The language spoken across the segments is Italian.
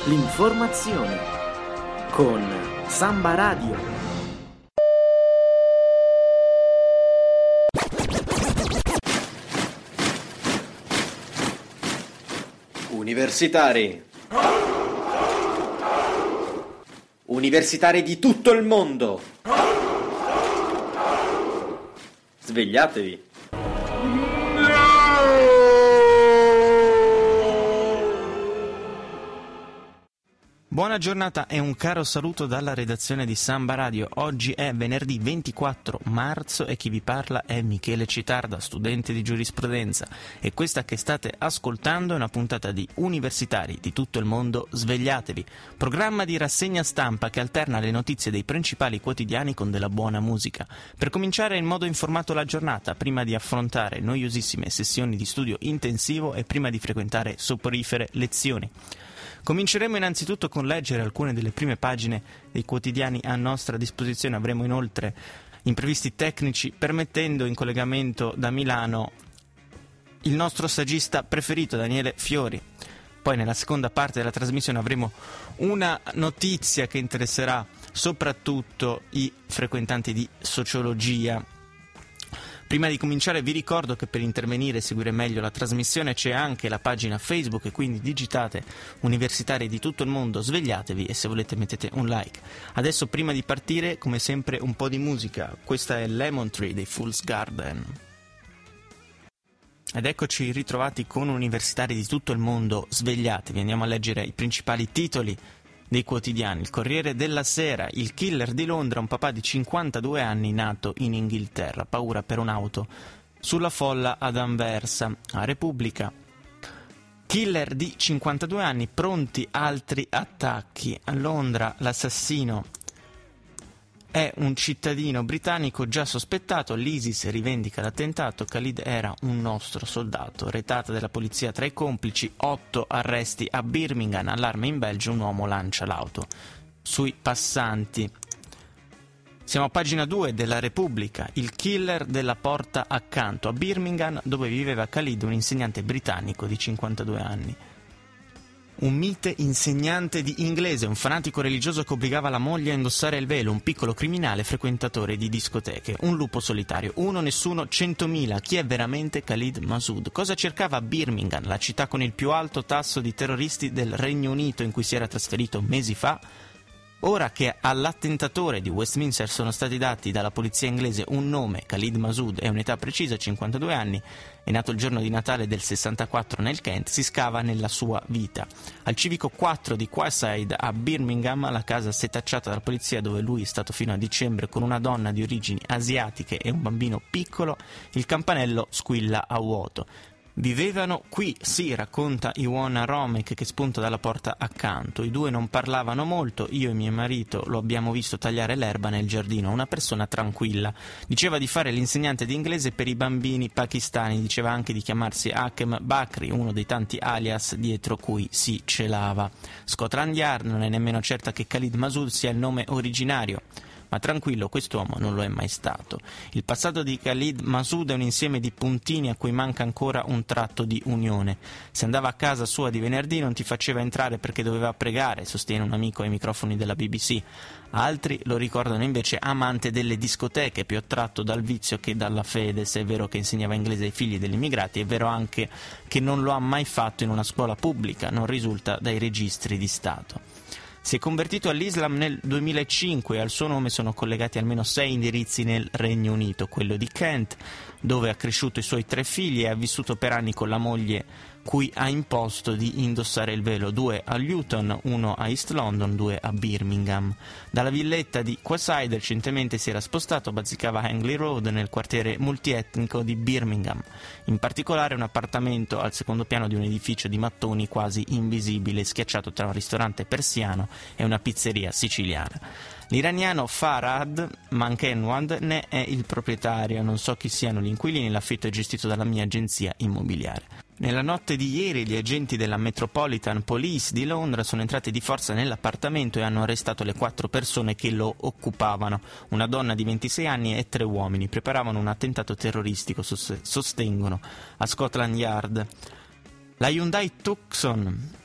l'informazione con Samba Radio. Universitari. Universitari di tutto il mondo. Svegliatevi. Buona giornata e un caro saluto dalla redazione di Samba Radio. Oggi è venerdì 24 marzo e chi vi parla è Michele Citarda, studente di giurisprudenza, e questa che state ascoltando è una puntata di Universitari di tutto il mondo. Svegliatevi, programma di rassegna stampa che alterna le notizie dei principali quotidiani con della buona musica, per cominciare in modo informato la giornata, prima di affrontare noiosissime sessioni di studio intensivo e prima di frequentare soporifere lezioni. Cominceremo innanzitutto con leggere alcune delle prime pagine dei quotidiani a nostra disposizione. Avremo inoltre imprevisti tecnici, permettendo in collegamento da Milano il nostro saggista preferito, Daniele Fiori. Poi nella seconda parte della trasmissione avremo una notizia che interesserà soprattutto i frequentanti di sociologia. Prima di cominciare vi ricordo che per intervenire e seguire meglio la trasmissione c'è anche la pagina Facebook, e quindi digitate Universitari di tutto il mondo, svegliatevi, e se volete mettete un like. Adesso, prima di partire, come sempre un po' di musica. Questa è Lemon Tree dei Fool's Garden. Ed eccoci ritrovati con Universitari di tutto il mondo, svegliatevi. Andiamo a leggere i principali titoli dei quotidiani. Il Corriere della Sera: il killer di Londra, un papà di 52 anni nato in Inghilterra, paura per un'auto sulla folla ad Anversa. A Repubblica: killer di 52 anni, pronti altri attacchi. A Londra l'assassino è un cittadino britannico già sospettato, l'ISIS rivendica l'attentato, Khalid era un nostro soldato, retata della polizia tra i complici, 8 arresti a Birmingham, allarme in Belgio, un uomo lancia l'auto sui passanti. Siamo a pagina 2 della Repubblica: il killer della porta accanto, a Birmingham, dove viveva Khalid, un insegnante britannico di 52 anni. Un mite insegnante di inglese, un fanatico religioso che obbligava la moglie a indossare il velo, un piccolo criminale frequentatore di discoteche, un lupo solitario, uno, nessuno, 100.000. Chi è veramente Khalid Masood? Cosa cercava a Birmingham, la città con il più alto tasso di terroristi del Regno Unito, in cui si era trasferito mesi fa? Ora che all'attentatore di Westminster sono stati dati dalla polizia inglese un nome, Khalid Masood, e un'età precisa, 52 anni, è nato il giorno di Natale del 64 nel Kent, si scava nella sua vita. Al civico 4 di Quayside a Birmingham, la casa setacciata dalla polizia dove lui è stato fino a dicembre con una donna di origini asiatiche e un bambino piccolo, il campanello squilla a vuoto. Vivevano qui, sì, racconta Iwona Romek, che spunta dalla porta accanto. I due non parlavano molto, io e mio marito lo abbiamo visto tagliare l'erba nel giardino, una persona tranquilla. Diceva di fare l'insegnante di inglese per i bambini pakistani, diceva anche di chiamarsi Hakem Bakri, uno dei tanti alias dietro cui si celava. Scotland Yard non è nemmeno certa che Khalid Masood sia il nome originario. Ma tranquillo, quest'uomo non lo è mai stato. Il passato di Khalid Masood è un insieme di puntini a cui manca ancora un tratto di unione. Se andava a casa sua di venerdì non ti faceva entrare perché doveva pregare, sostiene un amico ai microfoni della BBC. Altri lo ricordano invece amante delle discoteche, più attratto dal vizio che dalla fede. Se è vero che insegnava inglese ai figli degli immigrati, è vero anche che non lo ha mai fatto in una scuola pubblica, non risulta dai registri di Stato. Si è convertito all'Islam nel 2005 e al suo nome sono collegati almeno 6 indirizzi nel Regno Unito, quello di Kent, dove ha cresciuto i suoi 3 figli e ha vissuto per anni con la moglie cui ha imposto di indossare il velo, 2 a Luton, 1 a East London, 2 a Birmingham. Dalla villetta di Quayside recentemente si era spostato, bazzicava Hangley Road nel quartiere multietnico di Birmingham, in particolare un appartamento al secondo piano di un edificio di mattoni quasi invisibile, schiacciato tra un ristorante persiano e una pizzeria siciliana. L'iraniano Farhad Mankenwad ne è il proprietario, non so chi siano gli inquilini, l'affitto è gestito dalla mia agenzia immobiliare. Nella notte di ieri gli agenti della Metropolitan Police di Londra sono entrati di forza nell'appartamento e hanno arrestato le 4 persone che lo occupavano, una donna di 26 anni e 3 uomini. Preparavano un attentato terroristico, sostengono a Scotland Yard. La Hyundai Tucson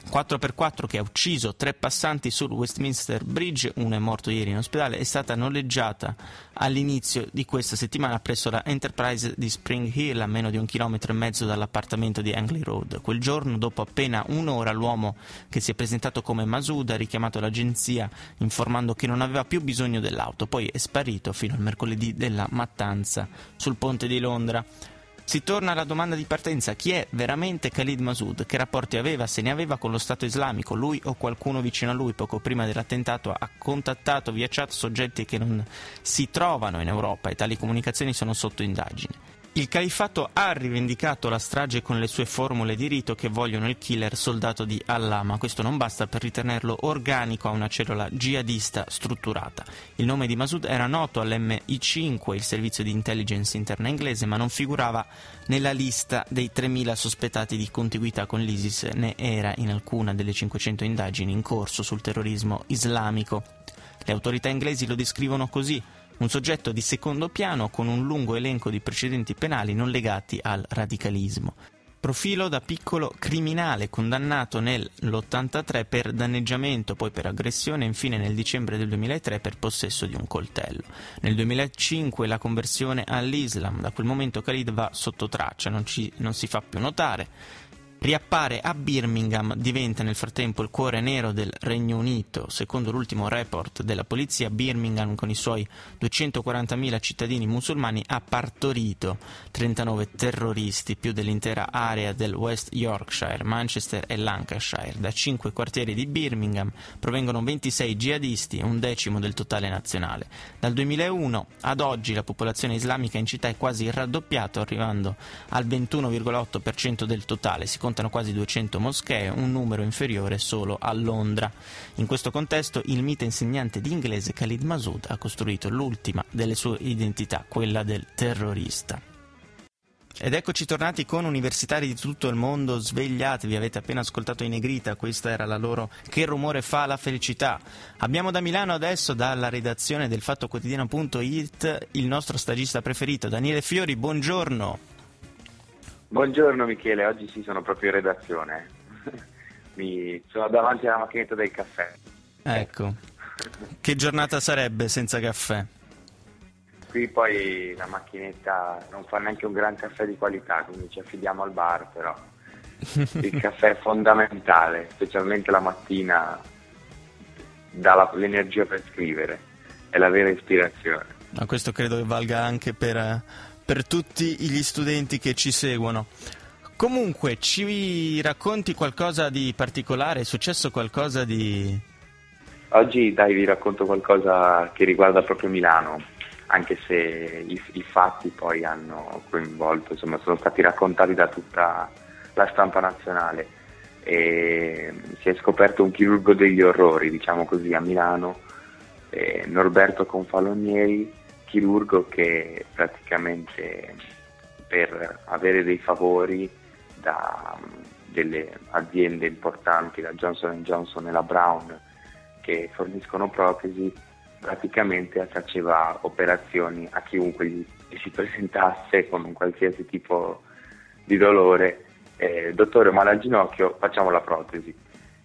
4x4 che ha ucciso 3 passanti sul Westminster Bridge, uno è morto ieri in ospedale, è stata noleggiata all'inizio di questa settimana presso la Enterprise di Spring Hill, a meno di 1,5 chilometri dall'appartamento di Angley Road. Quel giorno, dopo appena un'ora, l'uomo che si è presentato come Masood ha richiamato l'agenzia informando che non aveva più bisogno dell'auto, poi è sparito fino al mercoledì della mattanza sul ponte di Londra. Si torna alla domanda di partenza: chi è veramente Khalid Masood? Che rapporti aveva, se ne aveva, con lo Stato islamico? Lui o qualcuno vicino a lui poco prima dell'attentato ha contattato via chat soggetti che non si trovano in Europa e tali comunicazioni sono sotto indagine. Il califfato ha rivendicato la strage con le sue formule di rito che vogliono il killer soldato di Allah, ma questo non basta per ritenerlo organico a una cellula jihadista strutturata. Il nome di Masood era noto all'MI5, il servizio di intelligence interna inglese, ma non figurava nella lista dei 3.000 sospettati di contiguità con l'ISIS, né era in alcuna delle 500 indagini in corso sul terrorismo islamico. Le autorità inglesi lo descrivono così: un soggetto di secondo piano con un lungo elenco di precedenti penali non legati al radicalismo. Profilo da piccolo criminale, condannato nell'83 per danneggiamento, poi per aggressione e infine nel dicembre del 2003 per possesso di un coltello. Nel 2005 la conversione all'Islam, da quel momento Khalid va sotto traccia, non si fa più notare. Riappare a Birmingham, diventa nel frattempo il cuore nero del Regno Unito. Secondo l'ultimo report della polizia, Birmingham, con i suoi 240.000 cittadini musulmani, ha partorito 39 terroristi, più dell'intera area del West Yorkshire, Manchester e Lancashire. Da 5 quartieri di Birmingham provengono 26 jihadisti, 1/10 del totale nazionale. Dal 2001 ad oggi la popolazione islamica in città è quasi raddoppiata, arrivando al 21,8% del totale. Si contano quasi 200 moschee, un numero inferiore solo a Londra. In questo contesto il mite insegnante di inglese Khalid Masood ha costruito l'ultima delle sue identità, quella del terrorista. Ed eccoci tornati con universitari di tutto il mondo, svegliatevi, avete appena ascoltato i Negrita, questa era la loro Che rumore fa la felicità. Abbiamo da Milano adesso, dalla redazione del fattoquotidiano.it, il nostro stagista preferito, Daniele Fiori, buongiorno. Buongiorno Michele, oggi sì, sono proprio in redazione. Sono davanti alla macchinetta del caffè. Ecco, che giornata sarebbe senza caffè? Qui poi la macchinetta non fa neanche un gran caffè di qualità, quindi ci affidiamo al bar, però il caffè è fondamentale, specialmente la mattina, dà l'energia per scrivere, è la vera ispirazione. Ma questo credo che valga anche per tutti gli studenti che ci seguono. Comunque, ci racconti qualcosa di particolare? È successo qualcosa di... Oggi vi racconto qualcosa che riguarda proprio Milano, anche se i fatti poi hanno coinvolto, insomma, sono stati raccontati da tutta la stampa nazionale. E si è scoperto un chirurgo degli orrori, diciamo così, a Milano, Norberto Confalonieri, chirurgo che praticamente per avere dei favori da delle aziende importanti, la Johnson & Johnson e la Brown, che forniscono protesi, praticamente faceva operazioni a chiunque gli si presentasse con un qualsiasi tipo di dolore. Dottore, male al ginocchio, facciamo la protesi.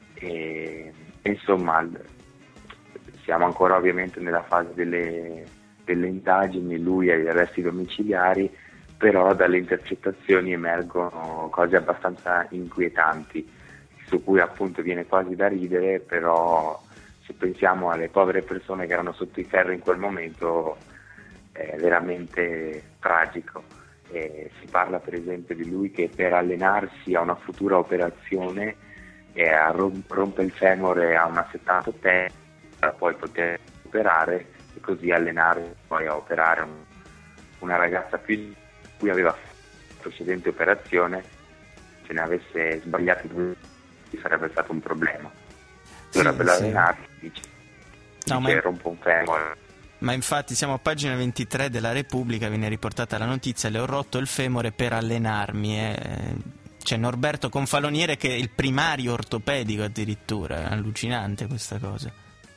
Insomma, siamo ancora ovviamente nella fase delle indagini, lui agli arresti domiciliari, però dalle intercettazioni emergono cose abbastanza inquietanti, su cui appunto viene quasi da ridere, però se pensiamo alle povere persone che erano sotto i ferri in quel momento è veramente tragico. Si parla per esempio di lui che per allenarsi a una futura operazione rompe il femore a una 78enne per poi poter operare e così allenare poi a operare una ragazza più cui aveva fatto precedente operazione. Se ne avesse sbagliato sarebbe stato un problema. Dovrebbe allenarsi, dice rompo un femore. Ma infatti siamo a pagina 23 della Repubblica, viene riportata la notizia: le ho rotto il femore per allenarmi. C'è Norberto Confaloniere che è il primario ortopedico addirittura, è allucinante questa cosa.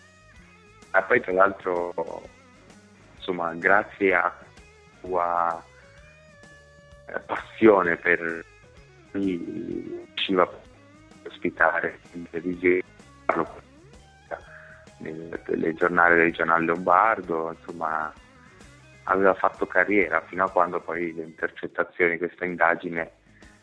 E poi tra l'altro, insomma, grazie a sua passione per lui usciva ospitare in televisione, nel telegiornale regionale lombardo, insomma aveva fatto carriera fino a quando poi le intercettazioni di questa indagine,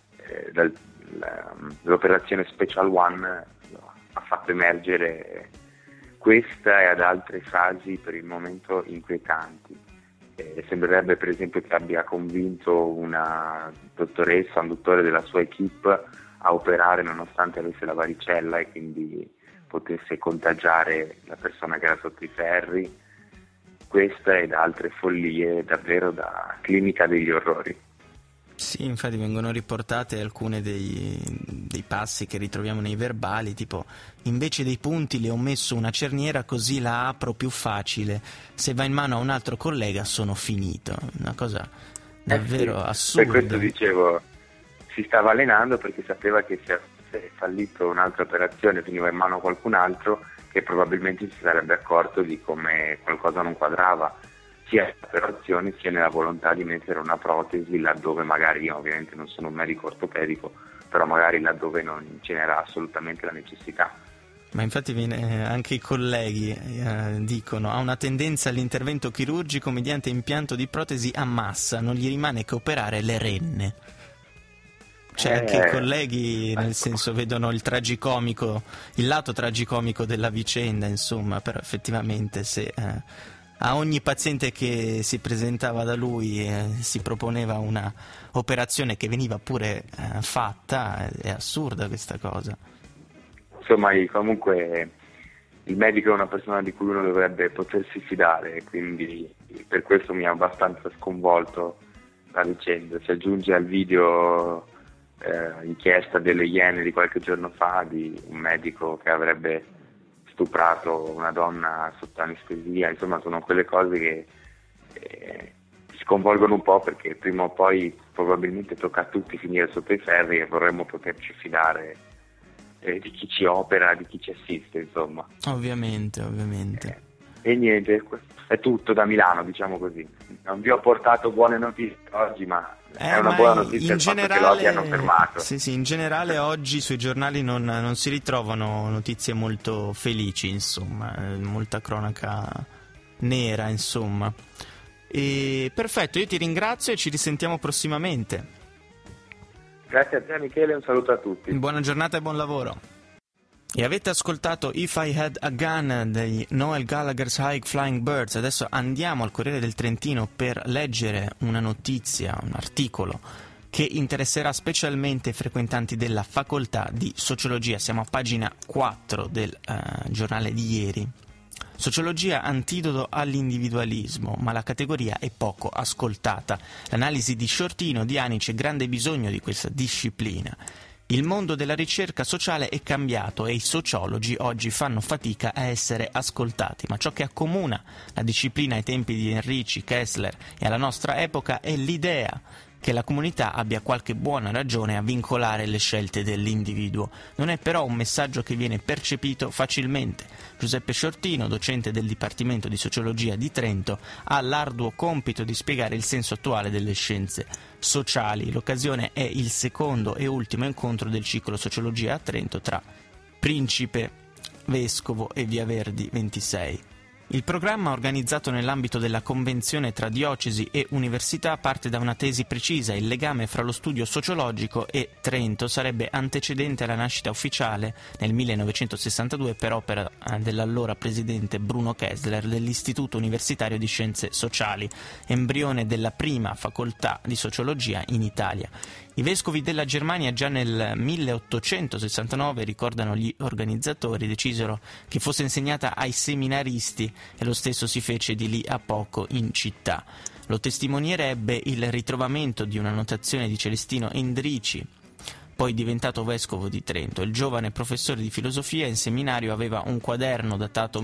l'operazione Special One ha fatto emergere questa e ad altre frasi per il momento inquietanti. Sembrerebbe per esempio che abbia convinto una dottoressa, un dottore della sua equipe a operare nonostante avesse la varicella e quindi potesse contagiare la persona che era sotto i ferri. Questa ed altre follie davvero da clinica degli orrori. Sì, infatti vengono riportate alcune dei passi che ritroviamo nei verbali, tipo: invece dei punti le ho messo una cerniera così la apro più facile, se va in mano a un altro collega sono finito. Una cosa davvero assurda. Per questo dicevo, si stava allenando perché sapeva che se avesse fallito un'altra operazione, finiva in mano a qualcun altro che probabilmente si sarebbe accorto di come qualcosa non quadrava, sia nelle operazioni sia nella volontà di mettere una protesi laddove magari, io ovviamente non sono un medico ortopedico, però magari laddove non ce n'era assolutamente la necessità. Ma infatti anche i colleghi dicono: ha una tendenza all'intervento chirurgico mediante impianto di protesi a massa, non gli rimane che operare le renne. Cioè anche i colleghi, nel senso, vedono il lato tragicomico della vicenda, insomma, però effettivamente se a ogni paziente che si presentava da lui si proponeva una operazione che veniva pure fatta, è assurda questa cosa. Insomma, comunque il medico è una persona di cui uno dovrebbe potersi fidare, quindi per questo mi ha abbastanza sconvolto la vicenda. Si aggiunge al video inchiesta delle Iene di qualche giorno fa di un medico che avrebbe stuprato una donna sotto anestesia. Insomma, sono quelle cose che sconvolgono un po', perché prima o poi probabilmente tocca a tutti finire sotto i ferri e vorremmo poterci fidare di chi ci opera, di chi ci assiste, insomma. Ovviamente. E niente, è tutto da Milano, diciamo così. Non vi ho portato buone notizie oggi, ma è una buona notizia il fatto che l'oggi hanno fermato. Sì, in generale oggi sui giornali non si ritrovano notizie molto felici, insomma, molta cronaca nera, insomma. E perfetto, io ti ringrazio e ci risentiamo prossimamente. Grazie a te Michele, un saluto a tutti. Buona giornata e buon lavoro. E avete ascoltato If I Had a Gun dei Noel Gallagher's High Flying Birds. Adesso andiamo al Corriere del Trentino per leggere una notizia, un articolo che interesserà specialmente i frequentanti della facoltà di sociologia. Siamo a pagina 4 del giornale di ieri. Sociologia antidoto all'individualismo, ma la categoria è poco ascoltata. L'analisi di Shortino di anni c'è grande bisogno di questa disciplina. Il mondo della ricerca sociale è cambiato e i sociologi oggi fanno fatica a essere ascoltati, ma ciò che accomuna la disciplina ai tempi di Enrici, Kessler e alla nostra epoca è l'idea che la comunità abbia qualche buona ragione a vincolare le scelte dell'individuo. Non è però un messaggio che viene percepito facilmente. Giuseppe Shortino, docente del Dipartimento di Sociologia di Trento, ha l'arduo compito di spiegare il senso attuale delle scienze sociali. L'occasione è il secondo e ultimo incontro del ciclo Sociologia a Trento tra Principe, Vescovo e Via Verdi 26. Il programma, organizzato nell'ambito della convenzione tra diocesi e università, parte da una tesi precisa: il legame fra lo studio sociologico e Trento sarebbe antecedente alla nascita ufficiale nel 1962 per opera dell'allora presidente Bruno Kessler dell'Istituto Universitario di Scienze Sociali, embrione della prima facoltà di sociologia in Italia. I vescovi della Germania già nel 1869, ricordano gli organizzatori, decisero che fosse insegnata ai seminaristi e lo stesso si fece di lì a poco in città. Lo testimonierebbe il ritrovamento di una notazione di Celestino Endrici, poi diventato vescovo di Trento. Il giovane professore di filosofia in seminario aveva un quaderno datato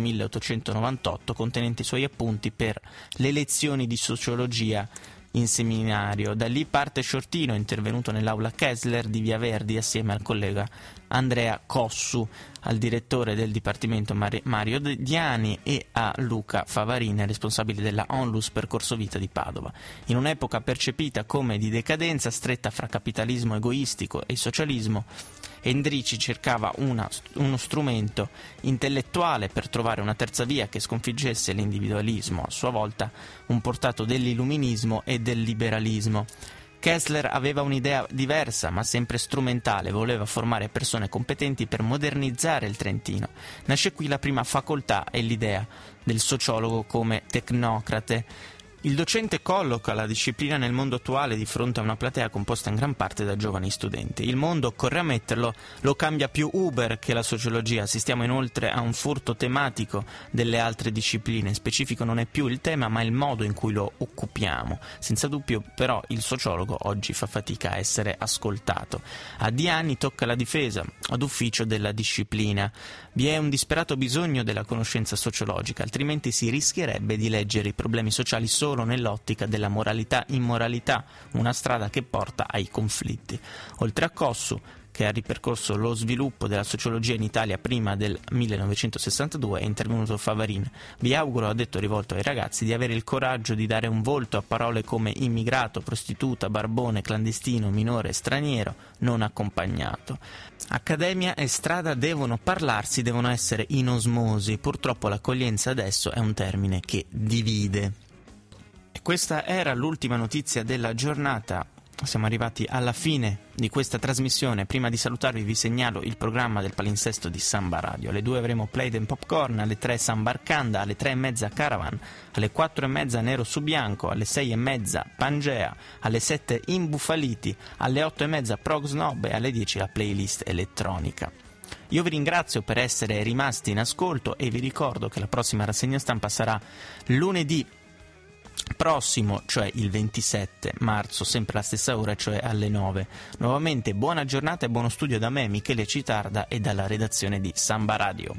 1898 contenente i suoi appunti per le lezioni di sociologia in seminario. Da lì parte Shortino, intervenuto nell'aula Kessler di Via Verdi assieme al collega Andrea Cossu, al direttore del Dipartimento Mario Diani e a Luca Favarina, responsabile della Onlus Percorso Vita di Padova. In un'epoca percepita come di decadenza, stretta fra capitalismo egoistico e socialismo, Endrici cercava uno strumento intellettuale per trovare una terza via che sconfiggesse l'individualismo, a sua volta un portato dell'illuminismo e del liberalismo. Kessler aveva un'idea diversa, ma sempre strumentale, voleva formare persone competenti per modernizzare il Trentino. Nasce qui la prima facoltà e l'idea del sociologo come tecnocrate. Il docente colloca la disciplina nel mondo attuale di fronte a una platea composta in gran parte da giovani studenti. Il mondo, occorre ammetterlo, lo cambia più Uber che la sociologia. Assistiamo inoltre a un furto tematico delle altre discipline. Specifico non è più il tema, ma il modo in cui lo occupiamo. Senza dubbio, però, il sociologo oggi fa fatica a essere ascoltato. A Diani tocca la difesa ad ufficio della disciplina. Vi è un disperato bisogno della conoscenza sociologica, altrimenti si rischierebbe di leggere i problemi sociali solo nell'ottica della moralità-immoralità, una strada che porta ai conflitti. Oltre a Cossu, che ha ripercorso lo sviluppo della sociologia in Italia prima del 1962, è intervenuto Favarin. Vi auguro, ha detto rivolto ai ragazzi, di avere il coraggio di dare un volto a parole come immigrato, prostituta, barbone, clandestino, minore, straniero, non accompagnato. Accademia e strada devono parlarsi, devono essere in osmosi. Purtroppo l'accoglienza adesso è un termine che divide. E questa era l'ultima notizia della giornata. Siamo arrivati alla fine di questa trasmissione. Prima di salutarvi vi segnalo il programma del palinsesto di Samba Radio. Alle 2 avremo Played and Popcorn, alle 3 Samba Arcanda, alle 3:30 Caravan, alle 4:30 Nero su Bianco, alle 6:30 Pangea, alle 7 Imbufaliti, alle 8:30 Prog Snob e alle 10 la playlist elettronica. Io vi ringrazio per essere rimasti in ascolto e vi ricordo che la prossima rassegna stampa sarà lunedì prossimo, cioè il 27 marzo, sempre alla stessa ora, cioè alle 9. Nuovamente buona giornata e buono studio da me, Michele Citarda, e dalla redazione di Samba Radio.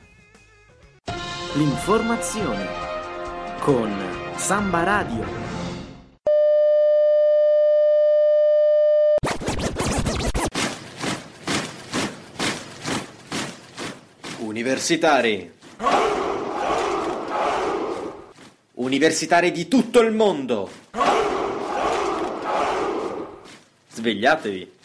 L'informazione con Samba Radio. Universitari. Universitari di tutto il mondo. Svegliatevi.